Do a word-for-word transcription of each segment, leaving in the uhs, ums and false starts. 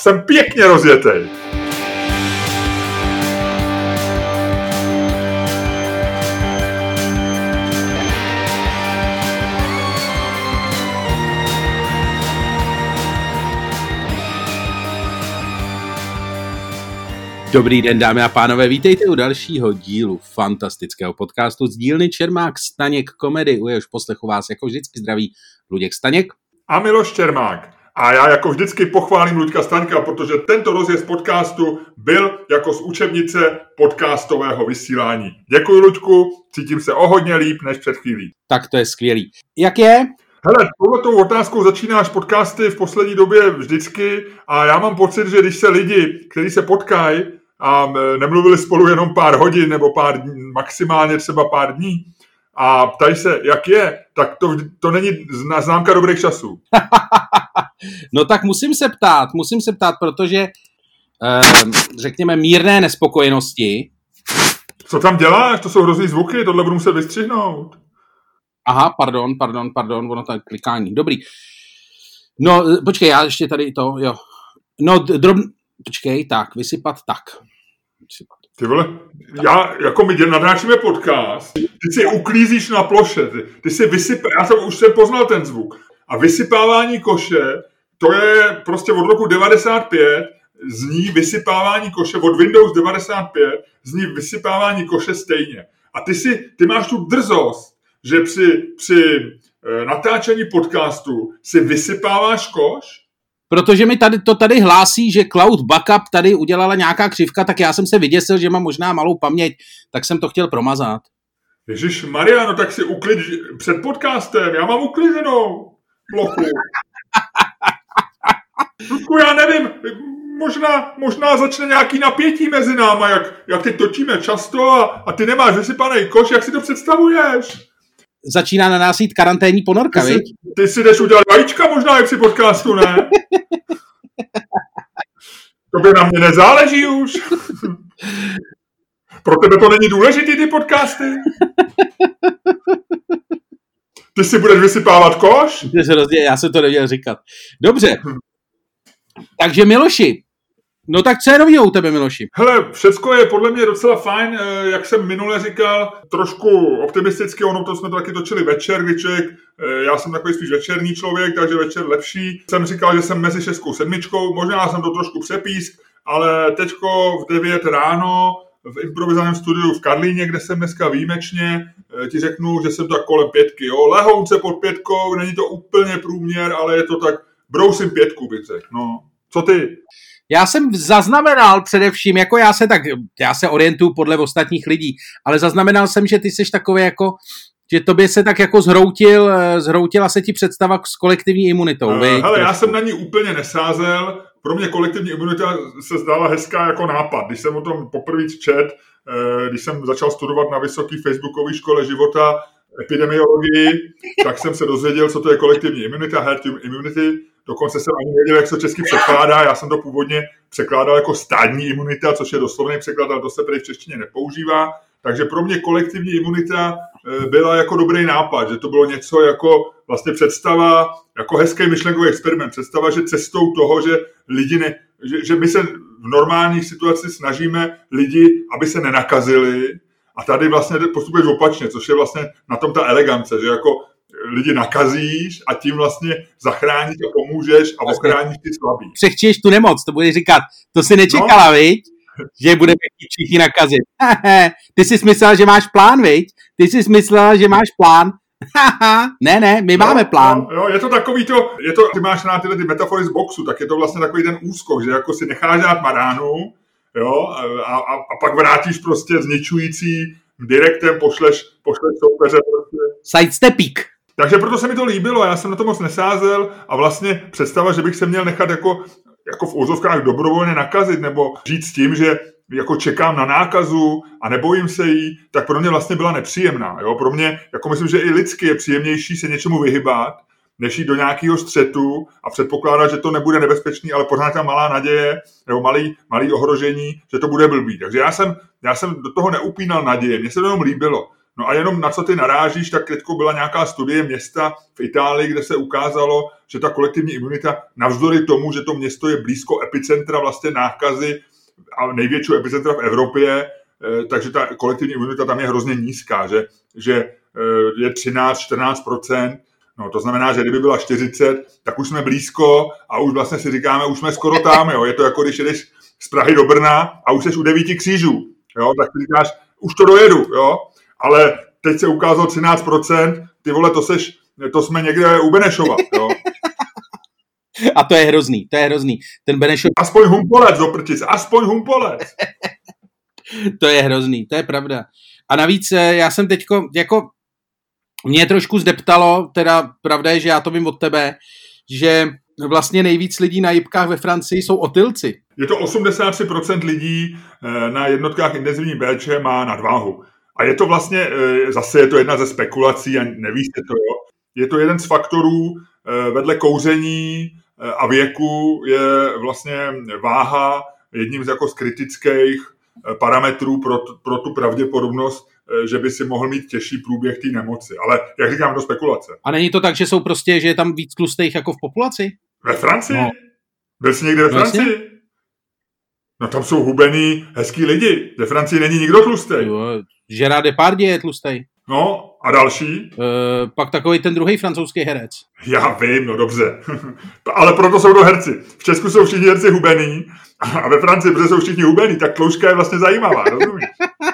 Jsem pěkně rozjetej. Dobrý den, dámy a pánové, vítejte u dalšího dílu fantastického podcastu z dílny Čermák Staněk Komedy. U jehož poslechu vás jako vždycky zdraví Luděk Staněk a Miloš Čermák. A já jako vždycky pochválím Luďka Staňka, protože tento rozjezd podcastu byl jako z učebnice podcastového vysílání. Děkuji, Luďku, cítím se o hodně líp než před chvílí. Tak to je skvělý. Jak je? Hele, touhletou otázkou začínáš podcasty v poslední době vždycky a já mám pocit, že když se lidi, kteří se potkají a nemluvili spolu jenom pár hodin nebo pár dní, maximálně třeba pár dní a ptají se, jak je, tak to, to není známka dobrých časů. No tak musím se ptát, musím se ptát, protože eh, řekněme mírné nespokojenosti. Co tam děláš? To jsou hrozný zvuky, tohle budu muset vystřihnout. Aha, pardon, pardon, pardon, ono to klikání, dobrý. No, počkej, já ještě tady to, jo. No, drob... Počkej, tak, vysypat tak. Vysypat. Ty vole, tak. Já, jako my natáčíme podcast, ty si uklízíš na ploše, ty, ty si vysypá, já jsem už jsem poznal ten zvuk. A vysypávání koše, to je prostě od roku devadesát pět, zní vysypávání koše, od Windows devadesát pět, zní vysypávání koše stejně. A ty si, ty máš tu drzost, že při, při e, natáčení podcastu si vysypáváš koš? Protože mi tady, to tady hlásí, že Cloud Backup tady udělala nějaká křivka, tak já jsem se vyděsil, že mám možná malou paměť, tak jsem to chtěl promazat. Ježiš Mariano, tak si uklid před podcastem, já mám uklizenou plochu. Ludku, já nevím, možná, možná začne nějaký napětí mezi náma, jak, jak teď točíme často a, a ty nemáš vysypaný koš, jak si to představuješ? Začíná na nás jít karanténní ponorka, ty viď? Si, ty si jdeš udělat vajíčka možná i při podcastu, ne? To by na mě nezáleží už. Pro tebe to není důležitý, ty podcasty? Ty si budeš vysypávat koš? Já jsem to neměl říkat. Dobře. Takže Miloši, no tak co je novýho u tebe, Miloši? Hele, všecko je podle mě docela fajn, jak jsem minule říkal, trošku optimisticky, ono to jsme to taky točili večer, kdy člověk, já jsem takový spíš večerní člověk, takže večer lepší. Jsem říkal, že jsem mezi šestkou sedmičkou, možná jsem to trošku přepísk, ale teďko v devět ráno v improvizovaném studiu v Karlíně, kde jsem dneska výjimečně, ti řeknu, že jsem tak kolem pětky, jo, lehounce pod pětkou, není to úplně průměr, ale je to tak, brousím pětku, bych řekl, no. Co ty? Já jsem zaznamenal především, jako já se tak, já se orientuju podle ostatních lidí, ale zaznamenal jsem, že ty jsi takový jako, že tobě se tak jako zhroutil, zhroutila se ti představa s kolektivní imunitou. Uh, hele, já jsem na ní úplně nesázel, pro mě kolektivní imunita se zdála hezká jako nápad. Když jsem o tom poprvé čet, když jsem začal studovat na vysoké facebookové škole života epidemiologii, tak jsem se dozvěděl, co to je kolektivní imunita, herd immunity. Dokonce jsem ani nevěděl, jak se to česky překládá. Já jsem to původně překládal jako stádní imunita, což je doslovný překlad, ale to se prý v češtině nepoužívá. Takže pro mě kolektivní imunita byla jako dobrý nápad, že to bylo něco jako vlastně představa, jako hezký myšlenkový experiment. Představa, že cestou toho, že lidi ne, že, že my se v normálních situacích snažíme lidi, aby se nenakazili, a tady vlastně postupuješ opačně, což je vlastně na tom ta elegance, že jako lidi nakazíš a tím vlastně zachráníš a pomůžeš a ochráníš ty slabý. Přechčíš tu nemoc, to budeš říkat, to si nečekala, no. Viď? Že budeme všichni nakazit. Ty jsi myslela, že máš plán, viď? Ty jsi myslela, že máš plán. ne, ne, my no, máme plán. No, jo, je to takový to, je to, ty máš na tyhle ty metafory z boxu, tak je to vlastně takový ten úskok, že jako si necháš dát maránu, jo, a, a, a pak vrátíš prostě zničující direktem, pošleš, pošleš soupeře prostě. Sidestepík. Takže proto se mi to líbilo, já jsem na to moc nesázel a vlastně představa, že bych se měl nechat jako, jako v úzovkách dobrovolně nakazit nebo žít s tím, že jako čekám na nákazu a nebojím se jí, tak pro mě vlastně byla nepříjemná. Jo? Pro mě, jako myslím, že i lidsky je příjemnější se něčemu vyhybat, než jít do nějakého střetu a předpokládat, že to nebude nebezpečný, ale pořád tam malá naděje nebo malý, malý ohrožení, že to bude blbý. Takže já jsem, já jsem do toho neupínal naděje, mně se to jenom líbilo. No a jenom na co ty narážíš, tak teďko byla nějaká studie města v Itálii, kde se ukázalo, že ta kolektivní imunita, navzdory tomu, že to město je blízko epicentra vlastně nákazy a největšího epicentra v Evropě, takže ta kolektivní imunita tam je hrozně nízká, že, že je třináct až čtrnáct procent. No, to znamená, že kdyby byla čtyřicet, tak už jsme blízko a už vlastně si říkáme, už jsme skoro tam, jo. Je to jako když jedeš z Prahy do Brna a už jsi u devíti křížů, jo, tak si říkáš, už to dojedu, jo. Ale teď se ukázalo třináct procent, ty vole, to seš, to jsme někde u Benešova, jo. A to je hrozný, to je hrozný. Ten Benešov... Aspoň humpolec, do prčic, aspoň humpolec. To je hrozný, to je pravda. A navíc já jsem teďko, jako mě trošku zdeptalo, teda pravda je, že já to vím od tebe, že vlastně nejvíc lidí na jipkách ve Francii jsou otilci. Je to osmdesát tři procent lidí na jednotkách intenzivní péče má nadváhu. A je to vlastně, zase je to jedna ze spekulací a neví se to, jo. Je to jeden z faktorů vedle kouření a věku je vlastně váha jedním z jako z kritických parametrů pro, pro tu pravděpodobnost, že by si mohl mít těžší průběh té nemoci. Ale jak říkám, to spekulace. A není to tak, že jsou prostě, že je tam víc tlustých jako v populaci? Ve Francii? No. Byl jsi někde ve Vlastně? Francii? No tam jsou hubený, hezký lidi. Ve Francii není nikdo tlustej. Gerard Depardieu je tlustej. No, a další? E, pak takový ten druhý francouzský herec. Já vím, no dobře. Ale proto jsou to herci. V Česku jsou všichni herci hubený a ve Francii, protože jsou všichni hubený, tak tloušťka je vlastně zajímavá, rozumíš?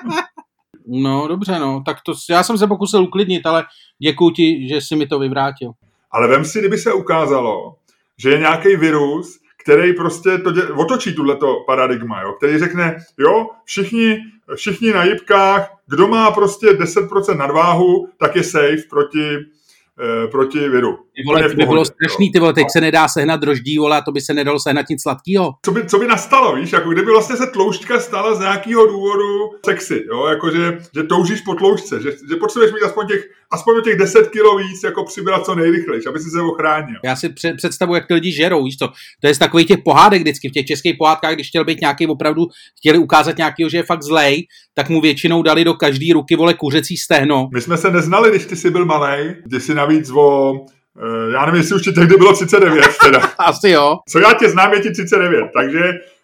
No, dobře, no. Tak to, já jsem se pokusil uklidnit, ale děkuji ti, že jsi mi to vyvrátil. Ale vem si, kdyby se ukázalo, že je nějaký virus, který prostě to dě- otočí tuhleto paradigma, jo? Který řekne, jo, všichni, všichni na jipkách, kdo má prostě deset procent nadváhu, tak je safe proti, eh, proti viru. Ty vole, to by bylo strašný, ty vole, teď se nedá sehnat droždí, vole, a to by se nedalo sehnat nic sladkýho. Co by, co by nastalo, víš, jako kdyby vlastně se tloušťka stala z nějakého důvodu sexy, jo, jakože, že toužíš po tloušťce, že, že potřebuješ mít aspoň těch, aspoň těch deset kilo víc, jako přibrat co nejrychlejš, aby si se ochránil. Já si představuji, jak ty lidi žerou, víš co, to je z takových těch pohádek vždycky, v těch českých pohádkách, když chtěl být nějaký opravdu, chtěli ukázat nějakýho, že je fakt zlej, tak mu většinou dali do každý ruky, vole, kuřecí stehno. My jsme se neznali, když ty jsi byl malej, když jsi navíc o... Já nevím, jestli už ti tehdy bylo třicet devět, teda. Asi jo. Co já tě znám, je ti třicet devět, takže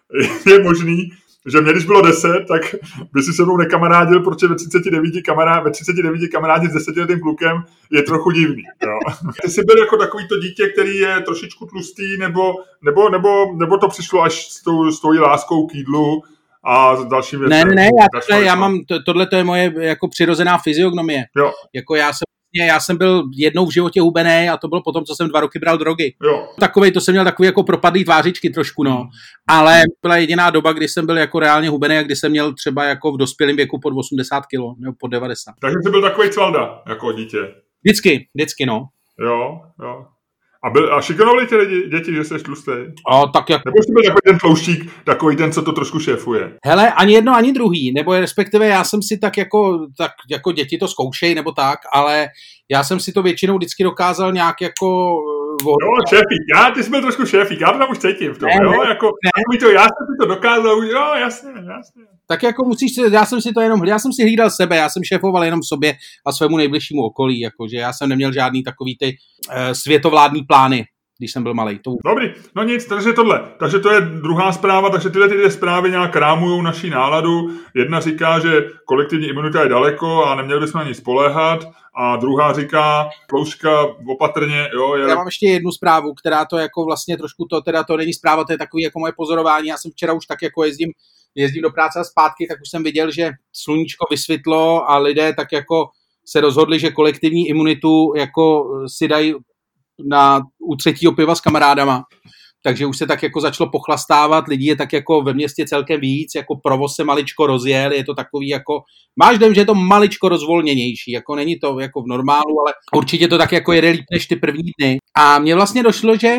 je možný, že mě, když bylo deset, tak by si se mnou nekamarádil, protože ve třiceti devíti kamarád, ve třiceti devíti kamarádit s desetiletým klukem je trochu divný. Jo. Ty jsi byl jako takový to dítě, který je trošičku tlustý, nebo, nebo, nebo, nebo to přišlo až s tou, s tou láskou k jídlu a s dalším věcem? Ne, ne, já, tohle, já mám, to, tohle to je moje jako přirozená fyziognomie. Jo. Jako já jsem Já jsem byl jednou v životě hubený a to bylo potom, co jsem dva roky bral drogy. Jo. Takovej, to jsem měl takový jako propadlý tvářičky trošku, no. Ale byla jediná doba, kdy jsem byl jako reálně hubený a kdy jsem měl třeba jako v dospělém věku pod osmdesát kilo, nebo pod devadesát. Takže jsi byl takovej cvalda, jako dítě. Vždycky, vždycky, no. Jo, jo. A, byl, a šikanovali tě lidi, děti, že jsi tlustej? A tak jak... Nebo jsi byl takový ten tlouštík, takový ten, co to trošku šéfuje? Hele, ani jedno, ani druhý, nebo respektive já jsem si tak jako, tak jako děti to zkoušej, nebo tak, ale já jsem si to většinou vždycky dokázal nějak jako... Jo, šéfík, já, ty jsi byl trošku šéfík, já to tam už cítím v tom, ne, jo, ne, jako, ne. To, já jsem si to dokázal, jo, jasně, jasně. Tak jako musíš, já jsem si to jenom, já jsem si hlídal sebe, já jsem šéfoval jenom sobě a svému nejbližšímu okolí, jakože já jsem neměl žádný takový ty uh, světovládní plány, když jsem byl malej. To... Dobrý, no nic, takže tohle, takže to je druhá zpráva, takže tyhle ty zprávy nějak rámujou naší náladu. Jedna říká, že kolektivní imunita je daleko a neměli bychom na ní spoléhat, a druhá říká, tloušťka opatrně, jo. Je... Já mám ještě jednu zprávu, která to jako vlastně trošku, to teda to není zpráva, to je takový jako moje pozorování. Já jsem včera už tak jako jezdím, jezdím do práce a zpátky, tak už jsem viděl, že sluníčko vysvětlo a lidé tak jako se rozhodli, že kolektivní imunitu jako si dají na, u třetího piva s kamarádama. Takže už se tak jako začalo pochlastávat, lidí je tak jako ve městě celkem víc, jako provoz se maličko rozjel, je to takový jako, máš dojem, že je to maličko rozvolněnější, jako není to jako v normálu, ale určitě to tak jako jede líp než ty první dny. A mně vlastně došlo, že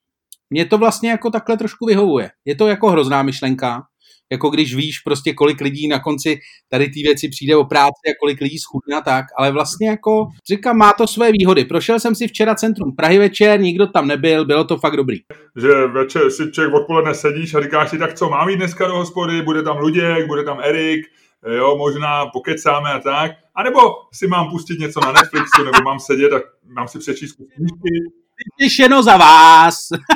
mě to vlastně jako takhle trošku vyhovuje. Je to jako hrozná myšlenka, jako když víš prostě, kolik lidí na konci tady ty věci přijde o práci a kolik lidí schudne a tak, ale vlastně jako říkám, má to své výhody. Prošel jsem si včera centrum Prahy večer, nikdo tam nebyl, bylo to fakt dobrý. Že večer si člověk odpoledne sedíš a říkáš si, tak co, mám jít dneska do hospody, bude tam Luděk, bude tam Erik, jo, možná pokecáme a tak, anebo si mám pustit něco na Netflixu, nebo mám sedět a mám si přečíst knížky. Těšeno za vás.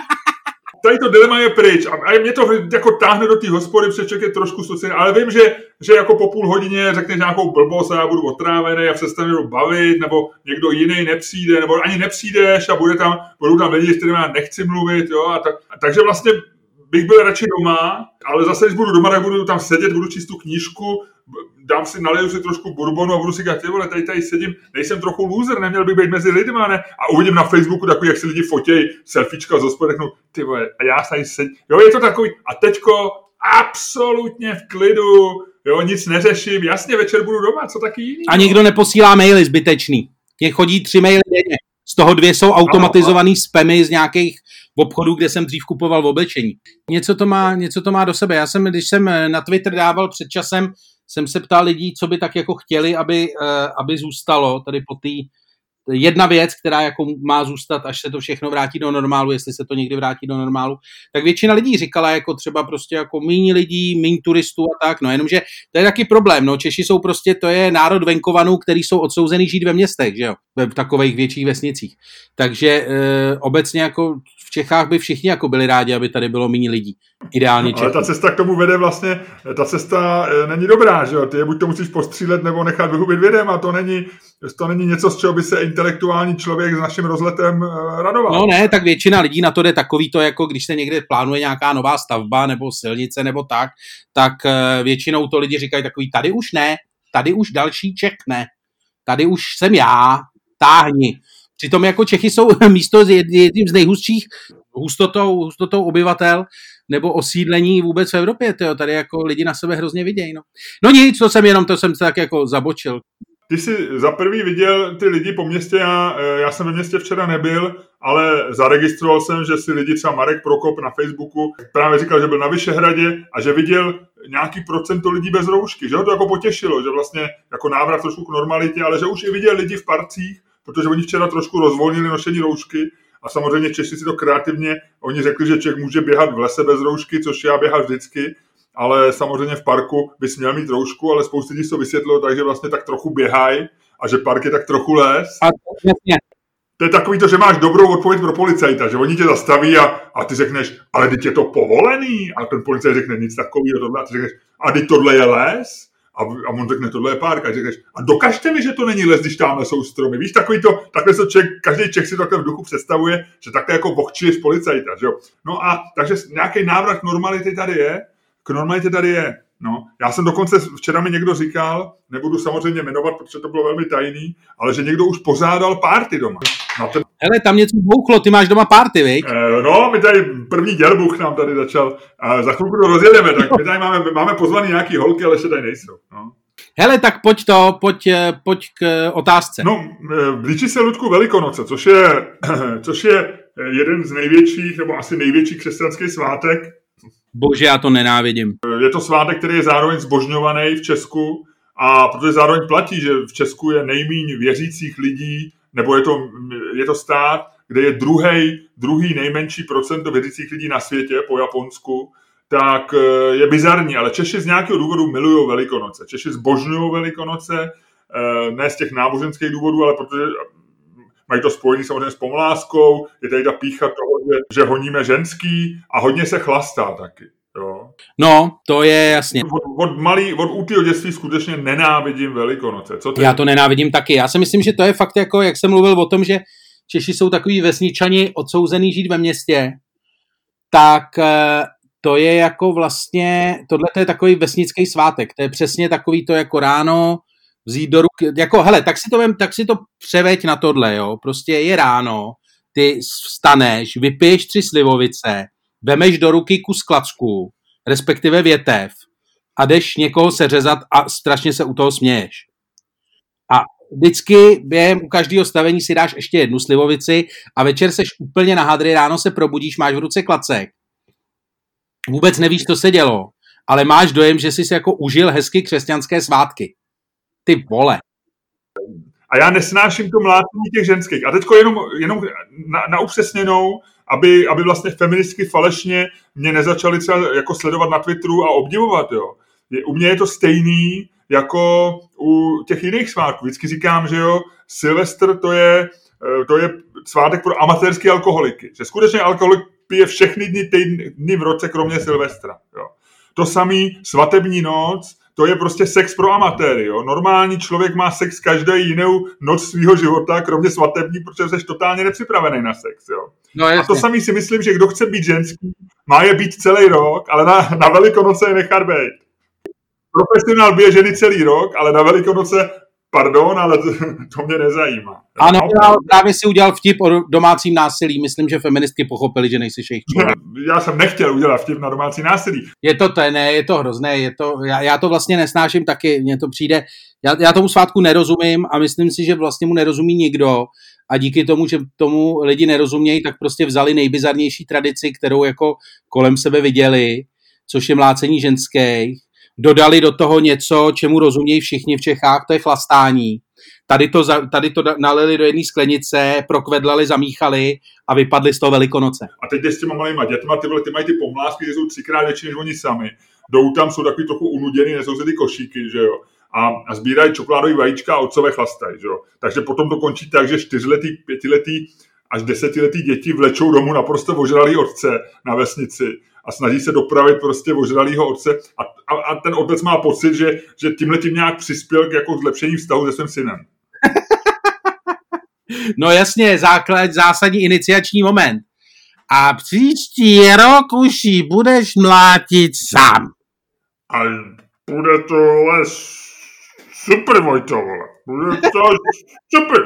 Tady to dilema je pryč a mě to jako táhne do té hospody, protože člověk je trošku sociální, ale vím, že, že jako po půl hodině řekneš nějakou blbost a já budu otrávený a přestanu někdo bavit, nebo někdo jiný nepřijde, nebo ani nepřijdeš a bude tam, budou tam lidi, s kterými já nechci mluvit, jo, a tak, a takže vlastně bych byl radši doma, ale zase, když budu doma, tak budu tam sedět, budu číst tu knížku, dám si, naleju si trošku bourbonu a budu si říkat, ty vole, tady, tady sedím, nejsem trochu loser, neměl bych být mezi lidma, ne? A uvidím na Facebooku takový, jak si lidi fotějí, selfiečka z hospody, řeknu, ty vole, a já tady sedím. Jo, je to takový, a teďko absolutně v klidu, jo, nic neřeším, jasně, večer budu doma, co taky jiný. A nikdo neposílá maily zbytečný. Těch chodí tři maily denně. Z toho dvě jsou automatizovaný spamy z nějakých obchodů, kde jsem dřív kupoval v oblečení. Něco to má, něco to má do sebe. Já jsem, když jsem na Twitter dával před časem, jsem se ptal lidí, co by tak jako chtěli, aby, aby zůstalo tady po té jedna věc, která jako má zůstat, až se to všechno vrátí do normálu, jestli se to někdy vrátí do normálu, tak většina lidí říkala jako třeba prostě jako míň lidí, míň turistů a tak, no jenomže to je taky problém, no Češi jsou prostě, to je národ venkovanů, který jsou odsouzený žít ve městech, že jo, v takových větších vesnicích, takže e, obecně jako v Čechách by všichni jako byli rádi, aby tady bylo míň lidí, ideálně Čechů. Ale ta cesta k tomu vede vlastně, ta cesta e, není dobrá, že jo, ty je buď to musíš postřílet, nebo nechat vyhubit vědem a to není, to není něco, z čeho by se intelektuální člověk s naším rozletem e, radoval. No ne, tak většina lidí na to jde takový to, jako když se někde plánuje nějaká nová stavba nebo silnice nebo tak, tak e, většinou to lidi říkají takový, tady už ne, tady už další Čech ne, tady už jsem já, táhni. Přitom jako Čechy jsou místo s jedním z nejhustších hustotou, hustotou obyvatel nebo osídlení vůbec v Evropě. Tyjo. Tady jako lidi na sebe hrozně vidějí. No. no nic, to jsem jenom, to jsem se tak jako zabočil. Ty jsi za prvý viděl ty lidi po městě, já, já jsem ve městě včera nebyl, ale zaregistroval jsem, že si lidi, třeba Marek Prokop na Facebooku právě říkal, že byl na Vyšehradě a že viděl nějaký procento lidí bez roušky, že ho to jako potěšilo, že vlastně jako návrat trošku k normalitě, ale že už i viděl lidi v parcích, protože oni včera trošku rozvolnili nošení roušky a samozřejmě Češi si to kreativně, oni řekli, že Čech může běhat v lese bez roušky, což já běhal vždycky, ale samozřejmě v parku bys měl mít roušku, ale spoustu lidí to vysvětlilo tak, že vlastně tak trochu běhají a že park je tak trochu les. A jasně. To je takový to, že máš dobrou odpověď pro policajta, že oni tě zastaví a, a ty řekneš, ale teď je to povolený. A ten policajt řekne nic takového, tohle, a ty řekneš, a teď tohle je les? A, a on řekne, tohle je park. A ty řekneš, a dokažte mi, že to není les, když tamhle jsou stromy. Víš, takový to, takhle se Čech, každý Čech si takhle v duchu představuje, že takhle jako vohčuješ policajta, že jo. No a takže nějaký návrat k normality tady je, k normalitě tady je. No, já jsem dokonce, včera mi někdo říkal, nebudu samozřejmě jmenovat, protože to bylo velmi tajný, ale že někdo už pořádal party doma. Ten... Hele, tam něco bouchlo, ty máš doma party, viď? E, no, my tady první dělbuch nám tady začal, a za chvilku to rozjedeme, tak my tady máme, máme pozvaný nějaký holky, ale ještě tady nejsou. No. Hele, tak pojď to, pojď, pojď k otázce. No, blíží se, Ludku, Velikonoce, což je, což je jeden z největších, nebo asi největší křesťanský svátek. Bože, já to nenávidím. Je to svátek, který je zároveň zbožňovaný v Česku a protože zároveň platí, že v Česku je nejméně věřících lidí, nebo je to, je to stát, kde je druhý, druhý nejmenší procento věřících lidí na světě po Japonsku, tak je bizarní, ale Češi z nějakého důvodu milují Velikonoce. Češi zbožňují Velikonoce, ne z těch náboženských důvodů, ale protože mají to spojený samozřejmě s pomláskou, je tady ta pýcha toho, že, že honíme ženský a hodně se chlastá taky. Jo. No, to je jasně. Od, od malý, od útlýho dětství skutečně nenávidím Velikonoce. Co ty? Já to nenávidím taky. Já si myslím, že to je fakt jako, jak jsem mluvil o tom, že Češi jsou takový vesničani odsouzený žít ve městě, tak to je jako vlastně, tohle je takový vesnický svátek. To je přesně takový to jako ráno, vzít do ruky, jako hele, tak si to, vem, tak si to převeď na tohle, jo, prostě je ráno, ty vstaneš, vypiješ tři slivovice, vemeš do ruky kus klacku, respektive větev a jdeš někoho seřezat a strašně se u toho směješ. A vždycky během u každého stavení si dáš ještě jednu slivovici a večer seš úplně na hadry, ráno se probudíš, máš v ruce klacek. Vůbec nevíš, co se dělo, ale máš dojem, že jsi si jako užil hezky křesťanské svátky. Ty vole. A já nesnáším to mlácení těch ženských. A teďko jenom, jenom na, na upřesněnou, aby, aby vlastně feministky falešně mě nezačaly třeba jako sledovat na Twitteru a obdivovat, jo. U mě je to stejný, jako u těch jiných svátků. Vždycky říkám, že jo, Silvestr to je, to je svátek pro amatérské alkoholiky. Že skutečně alkoholik pije všechny dny, dny v roce, kromě Silvestra. Jo. To samý svatební noc, to je prostě sex pro amatéry. Jo. Normální člověk má sex každou jinou noc svého života, kromě svatební, protože jsi totálně nepřipravený na sex. Jo. No, a to samý si myslím, že kdo chce být ženský, má je být celý rok, ale na, na Velikonoce je nechat být. Profesionál bije ženy celý rok, ale na Velikonoce, pardon, ale to, to mě nezajímá. Ano, právě si udělal vtip o domácím násilí. Myslím, že feministky pochopili, že nejsi jejich člověk. Já jsem nechtěl udělat vtip na domácí násilí. Je to to, ne, je to hrozné, je to, já, já to vlastně nesnáším taky, mně to přijde, já, já tomu svátku nerozumím a myslím si, že vlastně mu nerozumí nikdo a díky tomu, že tomu lidi nerozumějí, tak prostě vzali nejbizarnější tradici, kterou jako kolem sebe viděli, což je mlácení ženských, dodali do toho něco, čemu rozumějí všichni v Čechách, to je chlastání. Tady to, tady to nalili do jedné sklenice, prokvedlali, zamíchali a vypadli z toho Velikonoce. A teď s těma malýma dětma, ty, ty mají ty pomlásky, které jsou třikrát větší než oni sami. Jdou tam, jsou takový trochu unuděný, nesou se ty košíky, že jo. A, a sbírají čokoládový vajíčka a otcové chlastají, že jo. Takže potom to končí tak, že čtyřletý, pětiletý až desetiletý děti vlečou domů naprosto ožralý otce na vesnici a snaží se dopravit prostě ožralýho otce a, a, a ten otec má pocit, že, že tímhletím nějak přispěl k jako zlepšení vztahu se svým synem. No jasně, základ, zásadní iniciační moment. A příští rok už ji budeš mlátit sám. A bude to ale super, Vojto, vole. Bude to super.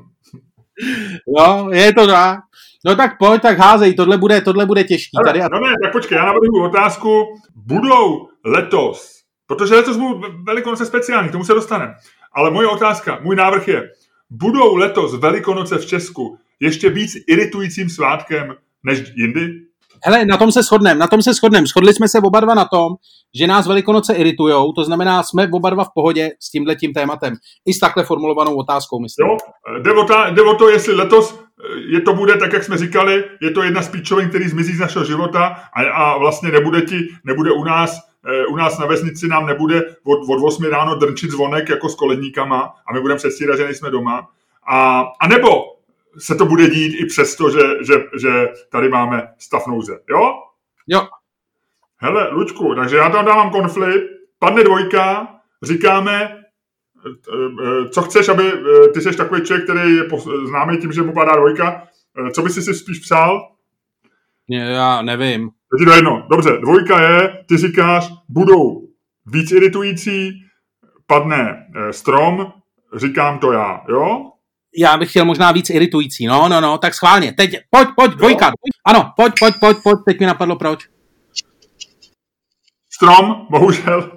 No, je to tak. No tak pojď, tak házej, tohle bude, tohle bude těžký. Tady a... No ne, tak počkej, já navrhuji otázku. Budou letos, protože letos budou Velikonoce speciální, k tomu se dostaneme, ale moje otázka, můj návrh je, budou letos Velikonoce v Česku ještě víc iritujícím svátkem než jindy? Hele, na tom se shodneme, na tom se shodneme. Shodli jsme se oba dva na tom, že nás Velikonoce iritujou, to znamená, jsme oba dva v pohodě s tímhletím tématem. I s takhle formulovanou otázkou, myslím. Jo, jde o, ta, jde o to, jestli letos je to bude, tak jak jsme říkali, je to jedna z píčovin, který zmizí z našeho života a, a vlastně nebude ti, nebude u nás, u nás na vesnici nám nebude od, od osmi ráno drnčit zvonek jako s koledníkama a my budeme předstírat, že nejsme doma. A, a nebo se to bude dít i přesto, že, že, že tady máme stav nouze. Jo? Jo. Hele, Luďku, takže já tam dávám konflikt, padne dvojka, říkáme, co chceš, aby ty jsi takový člověk, který je známý tím, že mu padá dvojka, co bys si spíš psal? Já nevím. Teď do jedno. Dobře, dvojka je, ty říkáš, budou víc iritující, padne strom, říkám to já, jo? Já bych chtěl možná víc iritující, no, no, no, tak schválně, teď, pojď, pojď, dvojka, jo. Ano, pojď, pojď, pojď, pojď, teď mi napadlo proč. Strom, bohužel.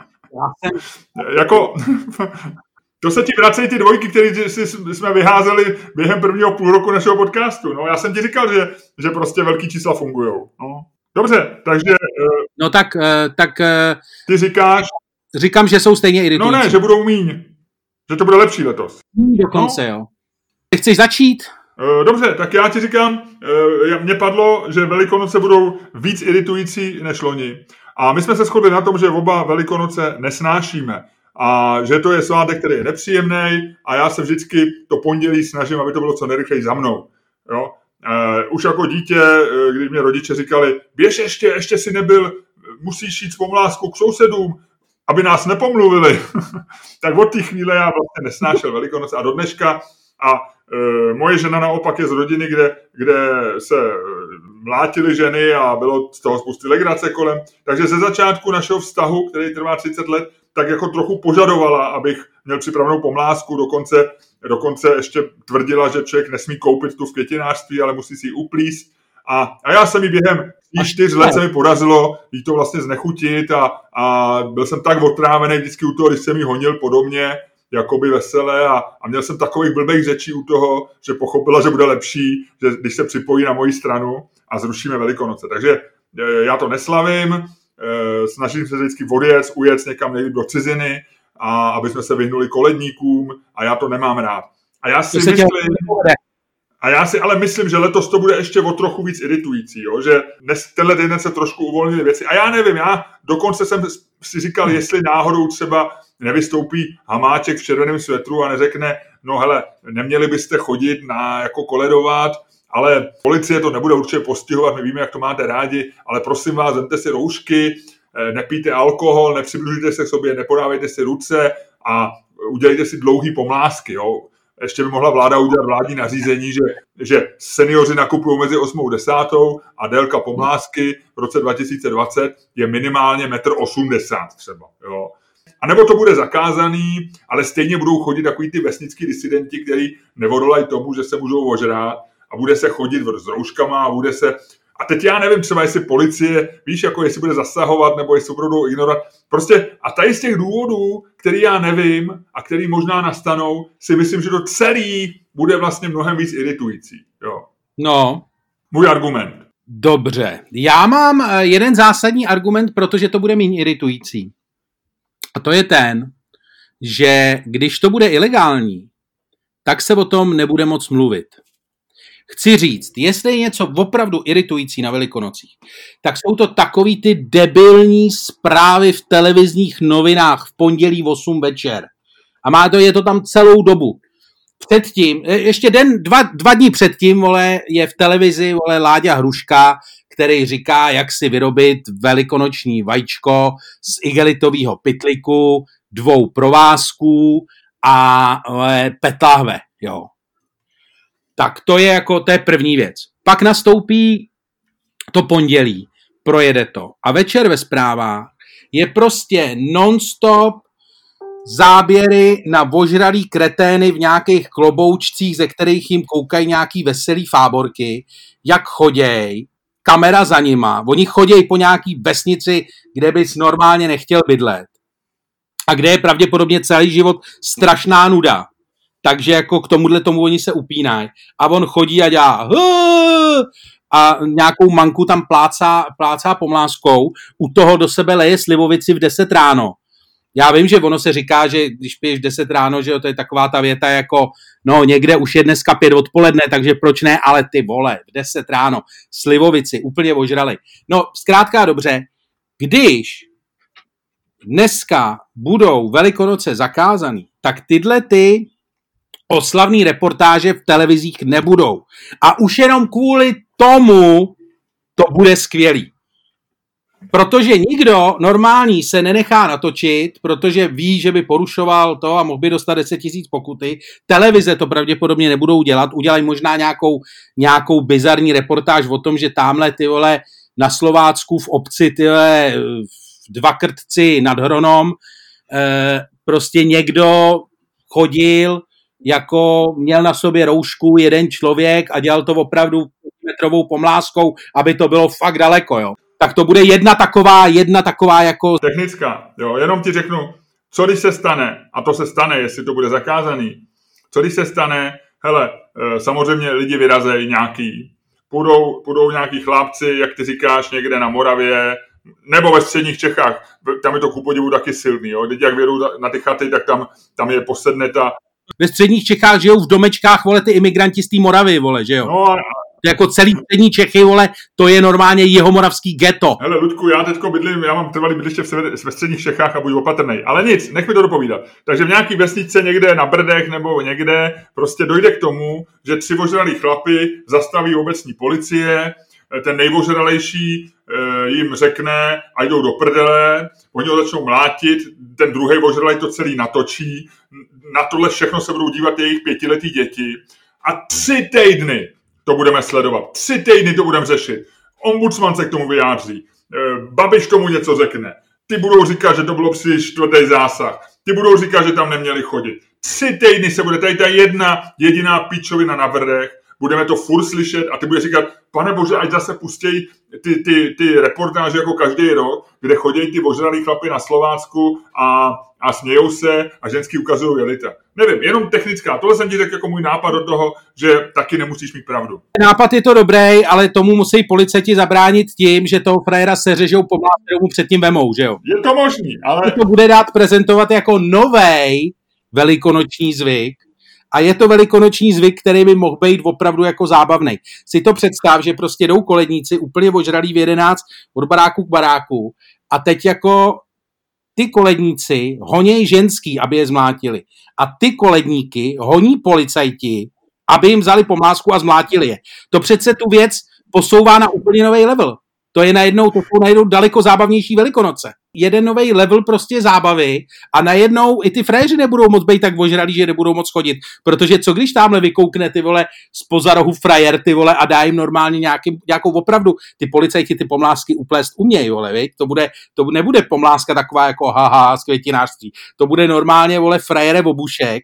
jako, to se ti vracejí ty dvojky, které jsme vyházeli během prvního půl roku našeho podcastu. No, já jsem ti říkal, že, že prostě velký čísla fungujou. No. Dobře, takže... No tak, tak... Ty říkáš... Říkám, že jsou stejně iritující. No ne, že budou míň. Že to bude lepší letos. Dokonce, no. Jo. Ty chceš začít? Dobře, tak já ti říkám, mně padlo, že Velikonoce budou víc iritující než loni. A my jsme se shodli na tom, že oba Velikonoce nesnášíme. A že to je svátek, který je nepříjemný a já se vždycky to pondělí snažím, aby to bylo co nejrychleji za mnou. Jo? Uh, už jako dítě, kdy mě rodiče říkali, běž ještě, ještě si nebyl, musíš jít s pomláskou k sousedům, aby nás nepomluvili. Tak od té chvíle já vlastně nesnášel Velikonoce a do dneška. A e, moje žena naopak je z rodiny, kde, kde se mlátily ženy a bylo z toho spusty legrace kolem. Takže ze začátku našeho vztahu, který trvá třicet let, tak jako trochu požadovala, abych měl připravenou pomlásku, dokonce, dokonce ještě tvrdila, že člověk nesmí koupit tu v květinářství, ale musí si ji uplíst. A, a já jsem jí během čtyř let se mi podařilo jí to vlastně znechutit a, a byl jsem tak otrávený vždycky u toho, když jsem jí honil podobně, jakoby veselé a, a měl jsem takových blbých řečí u toho, že pochopila, že bude lepší, že když se připojí na moji stranu a zrušíme Velikonoce. Takže e, já to neslavím, e, snažím se vždycky odjet, ujet někam nejlíp do ciziny, a aby jsme se vyhnuli koledníkům a já to nemám rád. A já si myslím... A já si ale myslím, že letos to bude ještě o trochu víc iritující, jo? Že dnes, tenhle týden se trošku uvolnily věci. A já nevím, já dokonce jsem si říkal, jestli náhodou třeba nevystoupí Hamáček v červeném svetru a neřekne, no hele, neměli byste chodit na jako koledovat, ale policie to nebude určitě postihovat, my víme, jak to máte rádi, ale prosím vás, vemte si roušky, nepijte alkohol, nepřibližujte se k sobě, nepodávejte si ruce a udělejte si dlouhý pomlásky, jo. Ještě by mohla vláda udělat vládní nařízení, že, že seniori nakupují mezi osmou a desátou a délka pomlásky v roce dva tisíce dvacet je minimálně metr osmdesát třeba. Jo. A nebo to bude zakázaný, ale stejně budou chodit takový ty vesnický disidenti, kteří neodolají tomu, že se můžou ožrát a bude se chodit s rouškama a bude se... A teď já nevím třeba, jestli policie, víš, jako jestli bude zasahovat, nebo jestli budou ignorovat. Prostě a tady z těch důvodů, který já nevím a který možná nastanou, si myslím, že to celý bude vlastně mnohem víc iritující. Jo. No. Můj argument. Dobře. Já mám jeden zásadní argument, protože to bude méně iritující. A to je ten, že když to bude ilegální, tak se o tom nebude moc mluvit. Chci říct, jestli je něco opravdu iritující na Velikonocích, tak jsou to takový ty debilní zprávy v televizních novinách v pondělí v osm večer. A má to, je to tam celou dobu. Předtím, ještě den, dva, dva dní předtím, vole, je v televizi, vole, Láďa Hruška, který říká, jak si vyrobit velikonoční vajíčko z igelitového pytliku, dvou provázků a vole, petlahve, jo. Tak to je jako, to je první věc. Pak nastoupí to pondělí, projede to. A večer ve zprávách je prostě non-stop záběry na ožralý kretény v nějakých kloboučcích, ze kterých jim koukají nějaký veselý fáborky, jak choděj, kamera za nima. Oni chodějí po nějaký vesnici, kde bys normálně nechtěl bydlet. A kde je pravděpodobně celý život strašná nuda. Takže jako k tomuhle tomu oni se upínají. A on chodí a dělá a nějakou manku tam plácá, plácá pomláskou, u toho do sebe leje slivovici v deset ráno. Já vím, že ono se říká, že když piješ v deset ráno, že jo, to je taková ta věta jako, no někde už je dneska pět odpoledne, takže proč ne, ale ty vole, v deset ráno, slivovici, úplně ožrali. No, zkrátka dobře, když dneska budou Velikonoce zakázaný, tak tyhle ty oslavný reportáže v televizích nebudou. A už jenom kvůli tomu to bude skvělý. Protože nikdo normální se nenechá natočit, protože ví, že by porušoval to a mohl by dostat deset tisíc pokuty. Televize to pravděpodobně nebudou dělat. Udělají možná nějakou, nějakou bizarní reportáž o tom, že tamhle ty vole na Slovácku v obci ty vole v Dvakrtci nad Hronom eh, prostě někdo chodil jako měl na sobě roušku jeden člověk a dělal to opravdu metrovou pomláskou, aby to bylo fakt daleko, jo. Tak to bude jedna taková, jedna taková jako... Technická, jo, jenom ti řeknu, co když se stane, a to se stane, jestli to bude zakázaný, co když se stane, hele, samozřejmě lidi vyrazejí nějaký, půjdou, půjdou nějaký chlapci, jak ty říkáš, někde na Moravě, nebo ve středních Čechách, tam je to ku podivu taky silný, jo, teď jak vědou na ty chaty, tak tam, tam je posedne ta... Ve středních Čechách žijou v domečkách, vole, ty imigranti z té Moravy, vole, že jo? No a... Jako celý střední Čechy, vole, to je normálně jihomoravský ghetto. Hele, Ludku, já teďko bydlím, já mám trvalý bydliště ve středních Čechách a buď opatrnej. Ale nic, nech mi to dopovídat. Takže v nějaký vesničce někde na Brdech nebo někde prostě dojde k tomu, že tři ožralí chlapi zastaví obecní policie, ten nejvožralejší e, jim řekne a jdou do prdele, oni ho začnou mlátit, ten druhý ožralej to celý natočí, na tohle všechno se budou dívat jejich pětiletí děti a tři týdny to budeme sledovat. Tři týdny to budeme řešit. Ombudsman se k tomu vyjádří. Babiš tomu něco řekne. Ty budou říkat, že to bylo při čtvrtý zásah. Ty budou říkat, že tam neměli chodit. Tři týdny se bude tady ta jedna jediná píčovina na Brdech. Budeme to furt slyšet a ty budeš říkat, pane bože, ať zase pustějí ty, ty, ty reportáže jako každý rok, kde chodí ty ožralí chlapy na Slovácku a, a smějou se a ženský ukazují jelita. Nevím, jenom technická. Tohle jsem ti řekl jako můj nápad do toho, že taky nemusíš mít pravdu. Nápad je to dobrý, ale tomu musí policajti zabránit tím, že toho frajera seřežou pomáhat, kterou mu předtím vemou, že jo? Je to možný, ale... To bude dát prezentovat jako novej velikonoční zvyk a je to velikonoční zvyk, který by mohl být opravdu jako zábavný. Si to představ, že prostě jdou koledníci úplně ožralí v jedenáct od baráku k baráku a teď jako ty koledníci honěj ženský, aby je zmlátili. A ty koledníky honí policajti, aby jim vzali pomlásku a zmlátili je. To přece tu věc posouvá na úplně nový level. To je najednou, to jsou najednou daleko zábavnější Velikonoce. Jeden nový level prostě zábavy a najednou i ty fréři nebudou moc být tak ožralí, že nebudou moc chodit. Protože co když tamhle vykoukne ty vole zpoza rohu frajer ty vole a dá jim normálně nějaký, nějakou opravdu ty policajti ty pomlásky uplést umějí, vole, viď? To bude, to nebude pomláska taková jako haha z květinářství. To bude normálně vole frajere obušek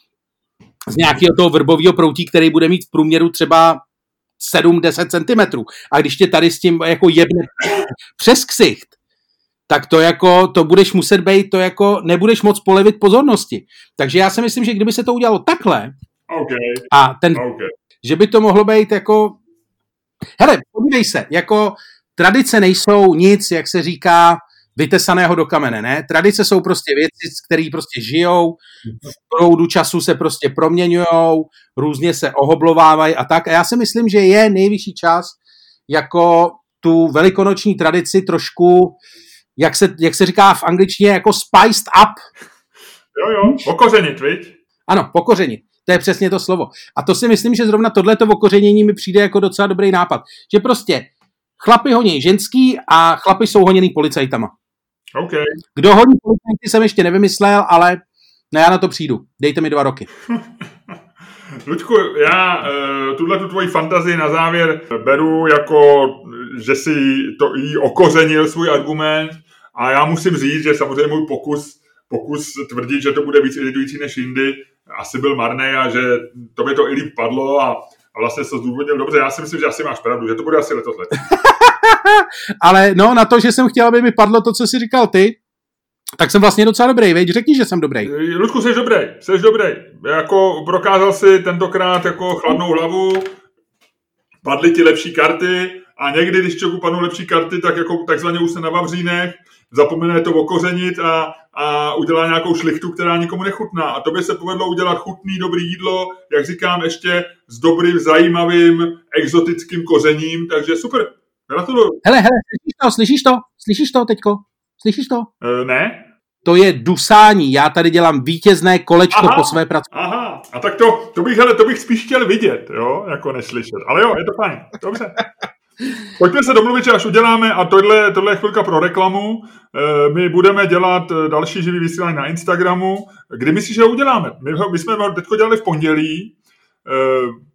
z nějakého toho vrbového proutí, který bude mít v průměru třeba sedm deset centimetrů. A když tě tady s tím jako jebne přes ksicht, tak to jako, to budeš muset být, to jako nebudeš moc polevit pozornosti. Takže já si myslím, že kdyby se to udělalo takhle, okay. a ten, okay. že by to mohlo být jako, hele, podívej se, jako tradice nejsou nic, jak se říká, vytesaného do kamene, ne? Tradice jsou prostě věci, které prostě žijou, v proudu času se prostě proměňujou, různě se ohoblovávají a tak. A já si myslím, že je nejvyšší čas jako tu velikonoční tradici trošku, jak se, jak se říká v angličtině, jako spiced up. Jo, jo, pokořenit, viď? Ano, pokořenit. To je přesně to slovo. A to si myslím, že zrovna tohleto okořenění mi přijde jako docela dobrý nápad. Že prostě chlapi honí ženský a chlapi jsou honěný policajtama. Okay. Kdo hodí policajty jsem ještě nevymyslel, ale no já na to přijdu. Dejte mi dva roky. Luďku, já uh, tuhle tu tvoji fantazii na závěr beru jako, že si to jí okořenil svůj argument a já musím říct, že samozřejmě můj pokus, pokus tvrdit, že to bude víc iridující než jindy, asi byl marný a že to by to i líp padlo a, a vlastně se zdůvodnil dobře. Já si myslím, že asi máš pravdu, že to bude asi letos letos. Ale no, na to, že jsem chtěl, aby mi padlo to, co jsi říkal ty, tak jsem vlastně docela dobrý, veď? Řekni, že jsem dobrý. Ludku, jsi dobrý, jsi dobrý. Jako prokázal si tentokrát jako chladnou hlavu, padly ti lepší karty a někdy, když člověku padnou lepší karty, tak jako takzvaně už se na vavřínech, zapomene to okořenit a, a udělá nějakou šlichtu, která nikomu nechutná. A to by se povedlo udělat chutný, dobrý jídlo, jak říkám, ještě s dobrým, zajímavým, exotickým kořením, takže super. Gratuluju. Hele, hele, slyšíš to, slyšíš to, slyšíš to teďko, slyšíš to? E, ne? To je dusání, já tady dělám vítězné kolečko aha, po své práci. Aha, a tak to, to, bych, hele, to bych spíš chtěl vidět, jo, jako neslyšet. Ale jo, je to fajn, dobře. Pojďme se domluvit, že až uděláme, a tohle, tohle je chvilka pro reklamu, e, my budeme dělat další živý vysílání na Instagramu. Kdy myslíš, že ho uděláme? My, my jsme ho teďko dělali v pondělí, e,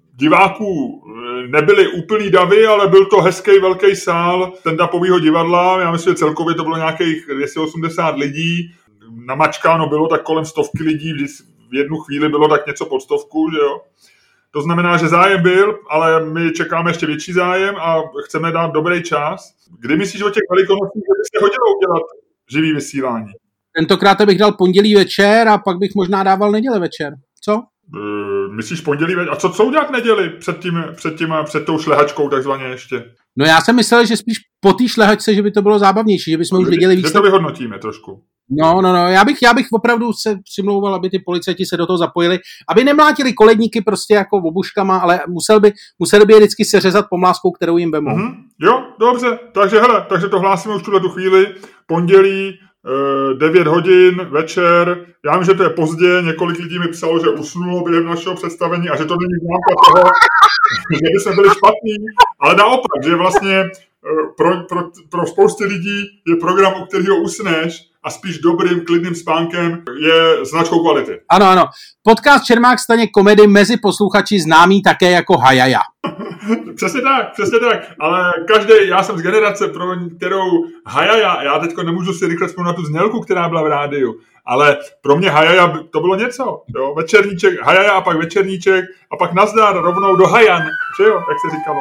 diváků nebyly úplný davy, ale byl to hezký velký sál stand-upového divadla. Já myslím, že celkově to bylo nějakých dvě stě osmdesát lidí. Namačkáno bylo tak kolem stovky lidí, v jednu chvíli bylo tak něco pod stovku, že jo. To znamená, že zájem byl, ale my čekáme ještě větší zájem a chceme dát dobrý čas. Kdy myslíš o těch velikonocích, že by se hodilo udělat živý vysílání? Tentokrát bych dal pondělí večer a pak bych možná dával neděle večer. Co? Uh, myslíš pondělí večer? A co, co udělat neděli před, tím, před, tím, před tou šlehačkou takzvaně ještě? No já jsem myslel, že spíš po té šlehačce, že by to bylo zábavnější, že bychom už viděli víc. Že to vyhodnotíme trošku. No, no, no, já bych, já bych opravdu se přimlouval, aby ty policajti se do toho zapojili, aby nemlátili koledníky prostě jako obuškama, ale musel by, museli by je vždycky seřezat pomláskou, kterou jim vemou. Mm-hmm. Jo, dobře, takže hele, takže to hlásíme už tuhle tu chvíli, pondělí, devět hodin, večer, já vím, že to je pozdě, několik lidí mi psalo, že usnulo během našeho představení a že to není známka toho, že by jsme byli špatní, ale naopak, že vlastně pro, pro, pro spousty lidí je program, u kterého usneš a spíš dobrým, klidným spánkem je značkou kvality. Ano, ano. Podcast Čermák Staněk komedy mezi posluchači známý také jako Hajaja. Přesně tak, přesně tak, ale každý, já jsem z generace, pro kterou Hajaja, já teďko nemůžu si rychle vzpomenout tu znělku, která byla v rádiu, ale pro mě Hajaja to bylo něco, jo, večerníček, Hajaja a pak večerníček a pak nazdar rovnou do Hajan, že jo, jak se říkalo.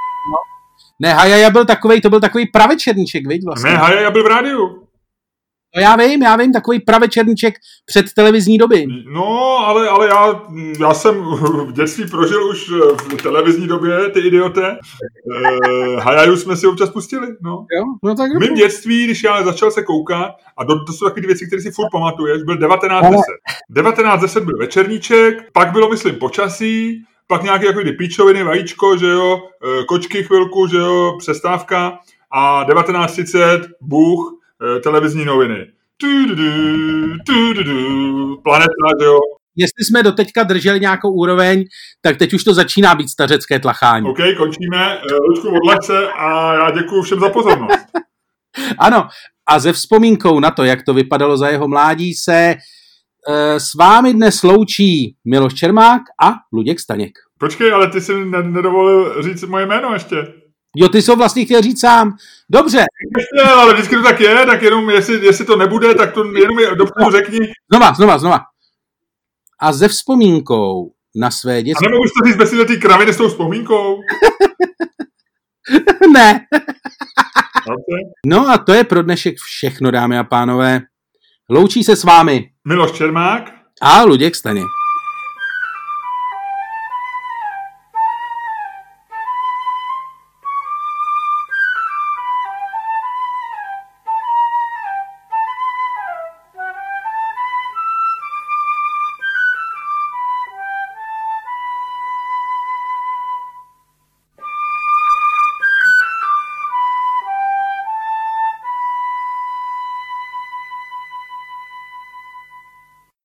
Ne, Hajaja byl takovej, to byl takový pravečerníček, viď vlastně. Ne, Hajaja byl v rádiu. No já vím, já vím, takový pravečerníček před televizní doby. No, ale, ale já, já jsem v dětství prožil už v televizní době, ty idiote. E, Hajaju jsme si občas pustili, no. Jo, no tak v mém dětství, když já začal se koukat, a to, to jsou takové věci, které si furt pamatuješ, byl devatenáct deset. devatenáct deset byl večerníček, pak bylo, myslím, počasí, pak nějaké jako píčoviny, vajíčko, že jo, kočky chvilku, že jo, přestávka a devatenáct třicet, Bůh, televizní noviny. Tududu, tududu, Planeta, že jo. Jestli jsme doteďka drželi nějakou úroveň, tak teď už to začíná být stařecké tlachání. OK, končíme. Lučku, odlaď se a já děkuju všem za pozornost. Ano, a ze vzpomínkou na to, jak to vypadalo za jeho mládí, se e, s vámi dnes loučí Miloš Čermák a Luděk Staněk. Počkej, ale ty jsi nedovolil říct moje jméno ještě. Jo, ty jsi ho vlastně chtěl říct sám. Dobře. Ještě, ale vždycky to tak je, tak jenom jestli, jestli to nebude, tak to jenom je dopředu řekni. Znova, znova, znova. A ze vzpomínkou na své dětství... A nemohu to říct bez té kraviny s tou vzpomínkou? Ne. Okay. No a to je pro dnešek všechno, dámy a pánové. Loučí se s vámi Miloš Čermák a Luděk Staněk.